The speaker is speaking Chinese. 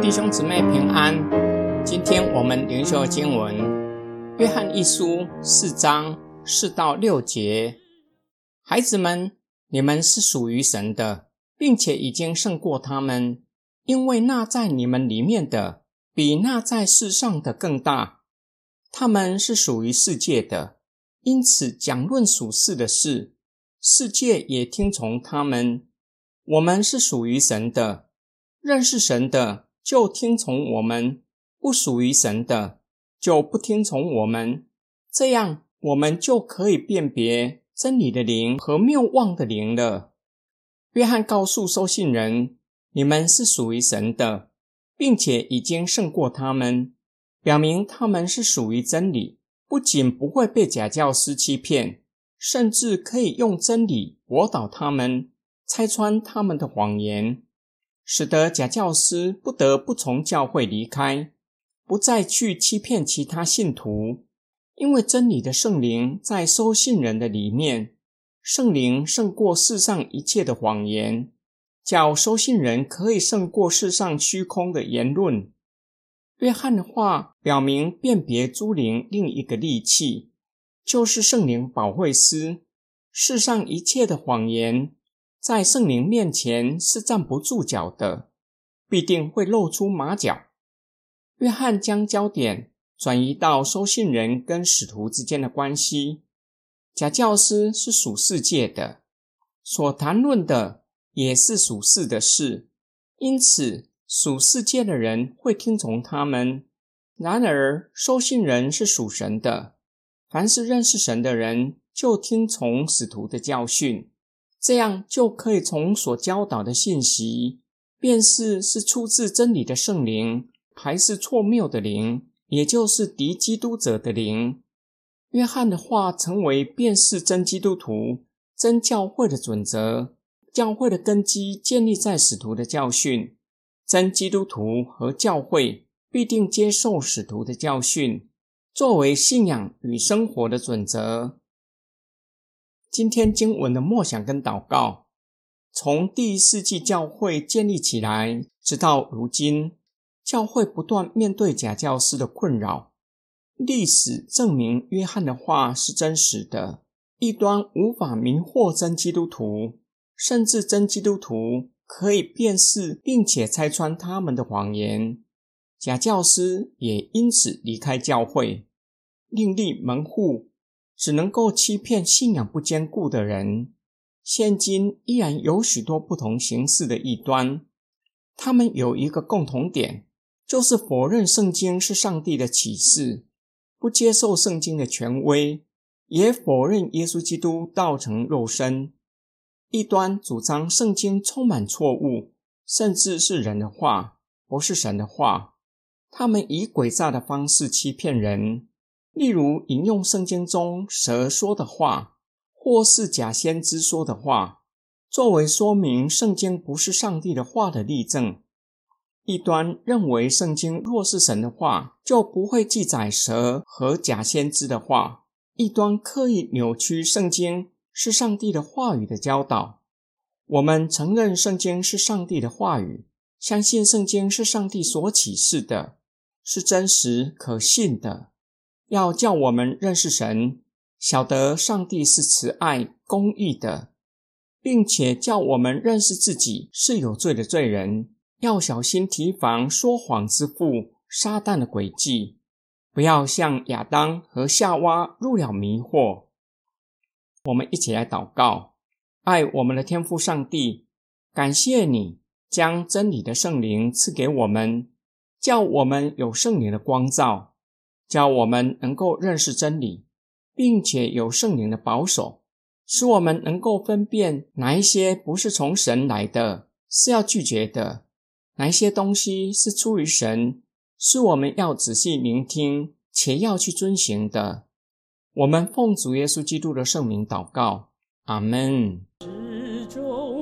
弟兄姊妹平安。今天我们灵修经文约翰一书4章4到6节。孩子们，你们是属于神的，并且已经胜过他们，因为那在你们里面的比那在世上的更大。他们是属于世界的，因此讲论属世的事，世界也听从他们。我们是属于神的，认识神的就听从我们，不属于神的就不听从我们。这样我们就可以辨别真理的灵和谬妄的灵了。约翰告诉收信人，你们是属于神的，并且已经胜过他们，表明他们是属于真理，不仅不会被假教师欺骗，甚至可以用真理驳倒他们，拆穿他们的谎言，使得假教师不得不从教会离开，不再去欺骗其他信徒。因为真理的圣灵在收信人的里面，圣灵胜过世上一切的谎言，叫收信人可以胜过世上虚空的言论。约翰的话表明辨别诸灵另一个利器，就是圣灵保惠师。世上一切的谎言在圣灵面前是站不住脚的，必定会露出马脚。约翰将焦点转移到收信人跟使徒之间的关系。假教师是属世界的，所谈论的也是属世的事，因此属世界的人会听从他们。然而收信人是属神的，凡是认识神的人就听从使徒的教训，这样就可以从所教导的信息辨识是出自真理的圣灵还是错谬的灵，也就是敌基督者的灵。约翰的话成为辨识真基督徒、真教会的准则。教会的根基建立在使徒的教训，真基督徒和教会必定接受使徒的教训，作为信仰与生活的准则。今天经文的默想跟祷告，从第1世纪教会建立起来，直到如今，教会不断面对假教师的困扰。历史证明约翰的话是真实的，异端无法迷惑真基督徒，甚至真基督徒可以辨识并且拆穿他们的谎言。假教师也因此离开教会，另立门户，只能够欺骗信仰不坚固的人。现今依然有许多不同形式的异端，他们有一个共同点，就是否认圣经是上帝的启示，不接受圣经的权威，也否认耶稣基督道成肉身。异端主张圣经充满错误，甚至是人的话，不是神的话。他们以诡诈的方式欺骗人，例如引用圣经中蛇说的话，或是假先知说的话，作为说明圣经不是上帝的话的例证。异端认为圣经若是神的话，就不会记载蛇和假先知的话。异端刻意扭曲圣经是上帝的话语的教导。我们承认圣经是上帝的话语，相信圣经是上帝所启示的，是真实可信的，要叫我们认识神，晓得上帝是慈爱公义的，并且叫我们认识自己是有罪的罪人，要小心提防说谎之父撒旦的诡计，不要像亚当和夏娃入了迷惑。我们一起来祷告。爱我们的天父上帝，感谢你将真理的圣灵赐给我们，叫我们有圣灵的光照，叫我们能够认识真理，并且有圣灵的保守，使我们能够分辨哪一些不是从神来的，是要拒绝的，哪一些东西是出于神，是我们要仔细聆听且要去遵行的。我们奉主耶稣基督的圣名祷告，阿们。